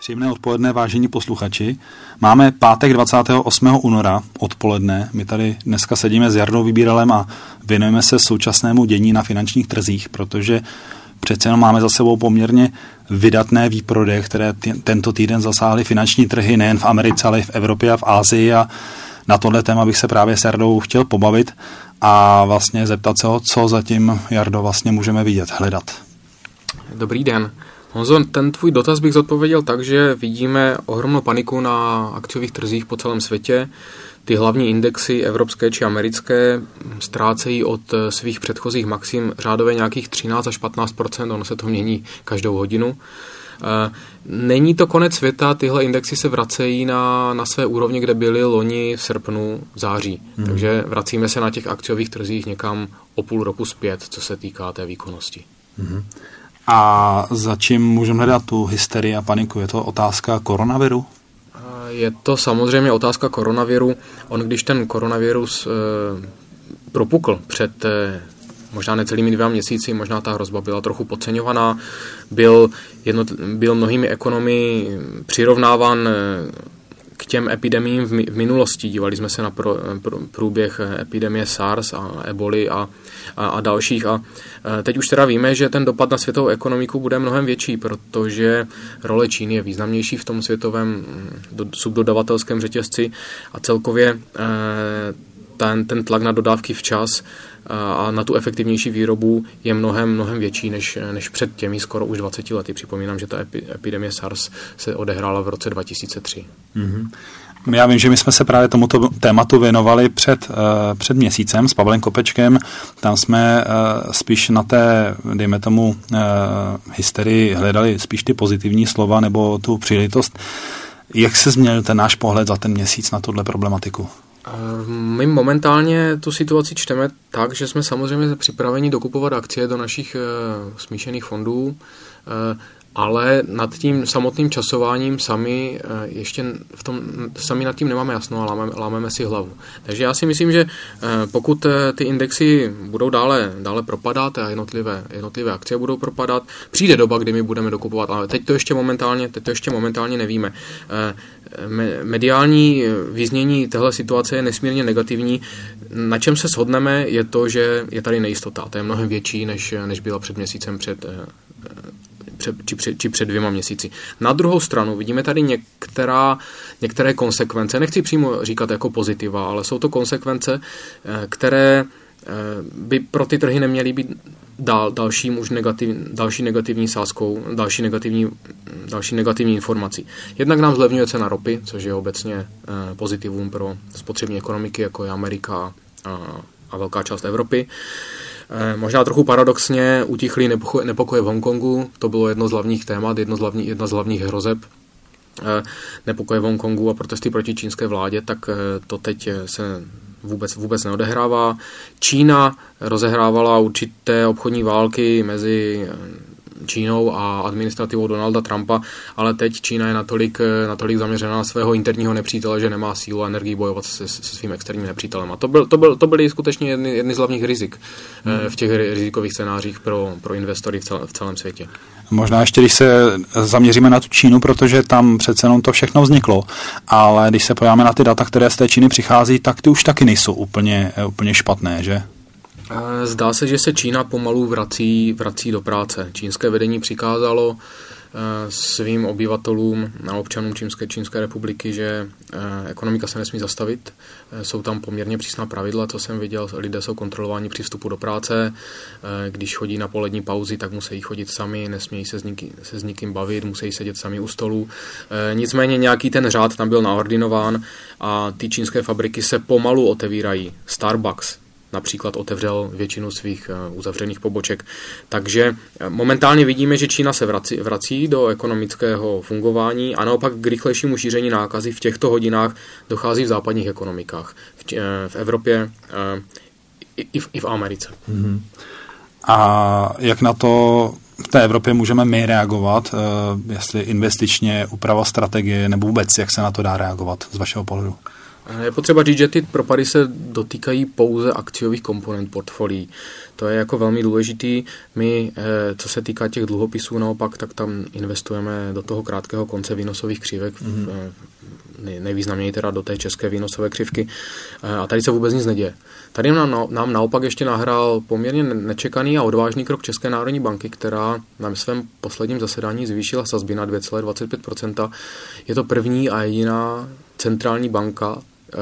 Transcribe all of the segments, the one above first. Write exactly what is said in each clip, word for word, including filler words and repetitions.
Příjemné odpoledne, vážení posluchači. Máme pátek dvacátého osmého února odpoledne. My tady dneska sedíme s Jardou Vybíralem a věnujeme se současnému dění na finančních trzích, protože přece jenom máme za sebou poměrně vydatné výprodeje, které t- tento týden zasáhly finanční trhy nejen v Americe, ale i v Evropě a v Asii, a na tohle téma bych se právě s Jardou chtěl pobavit a vlastně zeptat se ho, co zatím, Jardo, vlastně můžeme vidět, hledat. Dobrý den. Honzo, ten tvůj dotaz bych zodpověděl tak, že vidíme ohromnou paniku na akciových trzích po celém světě. Ty hlavní indexy, evropské či americké, ztrácejí od svých předchozích maxim řádově nějakých třináct až patnáct procent, ono se to mění každou hodinu. Není to konec světa, tyhle indexy se vracejí na, na své úrovně, kde byly loni v srpnu, v září. Hmm. Takže vracíme se na těch akciových trzích někam o půl roku zpět, co se týká té výkonnosti. Hmm. A za čím můžeme hledat tu hysterii a paniku? Je to otázka koronaviru? Je to samozřejmě otázka koronaviru. On, když ten koronavirus e, propukl před e, možná necelými dvěma měsíci, možná ta hrozba byla trochu podceňovaná, byl, jednot, byl mnohými ekonomy přirovnáván e, k těm epidemiím v, mi, v minulosti. Dívali jsme se na pro, pro, průběh epidemie SARS a eboli a, a, a dalších. A teď už teda víme, že ten dopad na světovou ekonomiku bude mnohem větší, protože role Číny je významnější v tom světovém do, subdodavatelském řetězci a celkově ten, ten tlak na dodávky včas a na tu efektivnější výrobu je mnohem, mnohem větší než, než před těmi skoro už dvaceti lety. Připomínám, že ta epidemie SARS se odehrála v roce dva tisíce tři. Mm-hmm. Já vím, že my jsme se právě tomuto tématu věnovali před, uh, před měsícem s Pavlem Kopečkem. Tam jsme uh, spíš na té, dejme tomu, uh, hysterii hledali spíš ty pozitivní slova nebo tu příležitost. Jak se změnil ten náš pohled za ten měsíc na tuhle problematiku? My momentálně tu situaci čteme tak, že jsme samozřejmě připraveni dokupovat akcie do našich uh, smíšených fondů, uh, ale nad tím samotným časováním sami uh, ještě v tom, sami nad tím nemáme jasno a lámeme, lámeme si hlavu. Takže já si myslím, že uh, pokud uh, ty indexy budou dále, dále propadat a jednotlivé, jednotlivé akcie budou propadat, přijde doba, kdy my budeme dokupovat, ale teď to ještě momentálně, teď to ještě momentálně nevíme. Uh, Mediální vyznění téhle situace je nesmírně negativní. Na čem se shodneme, je to, že je tady nejistota. To je mnohem větší, než, než byla před měsícem, před, před, či, před, či před dvěma měsíci. Na druhou stranu vidíme tady některá, některé konsekvence, nechci přímo říkat jako pozitiva, ale jsou to konsekvence, které by pro ty trhy neměly být dál, dalším už negativ, další negativní sázkou, další negativní, další negativní informací. Jednak nám zlevňuje cena ropy, což je obecně eh, pozitivum pro spotřební ekonomiky, jako je Amerika a, a velká část Evropy. Eh, možná trochu paradoxně utichly nepokoje, nepokoje v Hongkongu, to bylo jedno z hlavních témat, jedno z hlavní, jedna z hlavních hrozeb. Eh, nepokoje v Hongkongu a protesty proti čínské vládě, tak eh, to teď se vůbec, vůbec neodehrává. Čína rozehrávala určité obchodní války mezi Čínou a administrativou Donalda Trumpa, ale teď Čína je natolik, natolik zaměřená na svého interního nepřítele, že nemá sílu a energii bojovat se, se svým externím nepřítelem. A to, byl, to, byl, to byly skutečně jedny, jedny z hlavních rizik hmm. v těch rizikových scénářích pro, pro investory v, cel, v celém světě. Možná ještě, když se zaměříme na tu Čínu, protože tam přece jenom to všechno vzniklo, ale když se podíváme na ty data, které z té Číny přichází, tak ty už taky nejsou úplně, úplně špatné, že? Zdá se, že se Čína pomalu vrací, vrací do práce. Čínské vedení přikázalo svým obyvatelům a občanům Čínské, Čínské republiky, že ekonomika se nesmí zastavit. Jsou tam poměrně přísná pravidla, co jsem viděl. Lidé jsou kontrolováni při vstupu do práce. Když chodí na polední pauzy, tak musí chodit sami, nesmějí se s, nikým, se s nikým bavit, musí sedět sami u stolu. Nicméně nějaký ten řád tam byl naordinován a ty čínské fabriky se pomalu otevírají. Starbucks například otevřel většinu svých uzavřených poboček. Takže momentálně vidíme, že Čína se vrací, vrací do ekonomického fungování a naopak k rychlejšímu šíření nákazy v těchto hodinách dochází v západních ekonomikách. V, v Evropě i v, i v Americe. Mm-hmm. A jak na to v té Evropě můžeme my reagovat, jestli investičně, úprava strategie nebo vůbec, jak se na to dá reagovat z vašeho pohledu? Je potřeba říct, že ty propady se dotýkají pouze akciových komponent portfolií. To je jako velmi důležitý. My, co se týká těch dluhopisů naopak, tak tam investujeme do toho krátkého konce výnosových křivek, mm-hmm. nejvýznamněji teda do té české výnosové křivky. A tady se vůbec nic neděje. Tady nám, nám naopak ještě nahrál poměrně nečekaný a odvážný krok České národní banky, která na svém posledním zasedání zvýšila sazby na dvě celá dvacet pět procenta. Je to první a jediná centrální banka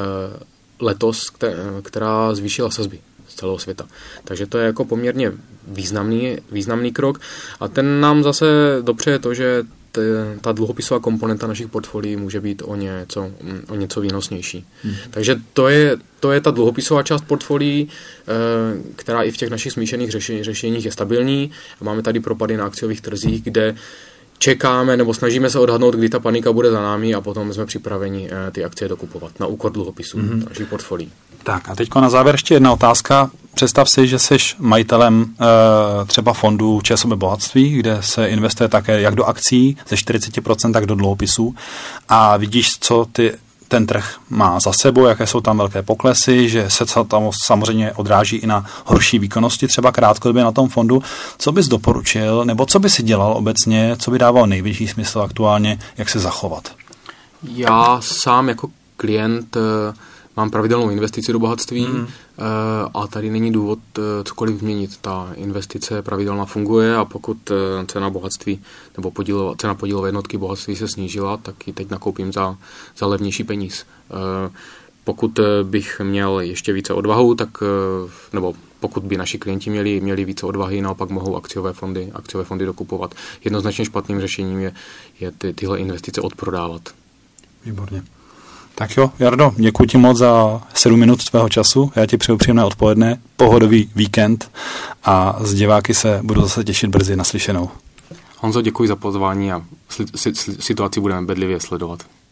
letos, která zvýšila sazby z celého světa. Takže to je jako poměrně významný, významný krok a ten nám zase dopřeje to, že t, ta dluhopisová komponenta našich portfolií může být o něco, o něco výnosnější. Hmm. Takže to je, to je ta dluhopisová část portfolií, která i v těch našich smíšených řešení, řešeních je stabilní. Máme tady propady na akciových trzích, kde čekáme nebo snažíme se odhadnout, kdy ta panika bude za námi a potom jsme připraveni ty akcie dokupovat na úkor dluhopisů mm-hmm. našich portfolií. Tak a teďko na závěr ještě jedna otázka. Představ si, že jsi majitelem e, třeba fondu ČSOB bohatství, kde se investuje také jak do akcí ze čtyřicet procent, tak do dluhopisů a vidíš, co ty ten trh má za sebou, jaké jsou tam velké poklesy, že se tam samozřejmě odráží i na horší výkonnosti, třeba krátkodobě na tom fondu. Co bys doporučil, nebo co by si dělal obecně, co by dávalo největší smysl aktuálně, jak se zachovat? Já sám jako klient mám pravidelnou investici do bohatství mm. a tady není důvod cokoliv změnit. Ta investice pravidelná funguje a pokud cena bohatství nebo podílova, cena podílové jednotky bohatství se snížila, tak ji teď nakoupím za, za levnější peníz. Pokud bych měl ještě více odvahu, tak, nebo pokud by naši klienti měli, měli více odvahy, naopak mohou akciové fondy, akciové fondy dokupovat. Jednoznačně špatným řešením je, je ty, tyhle investice odprodávat. Výborně. Tak jo, Jardo, děkuji ti moc za sedm minut tvého času. Já ti přeju příjemné odpoledne, pohodový víkend a s diváky se budu zase těšit brzy naslyšenou. Honzo, děkuji za pozvání a situaci budeme bedlivě sledovat.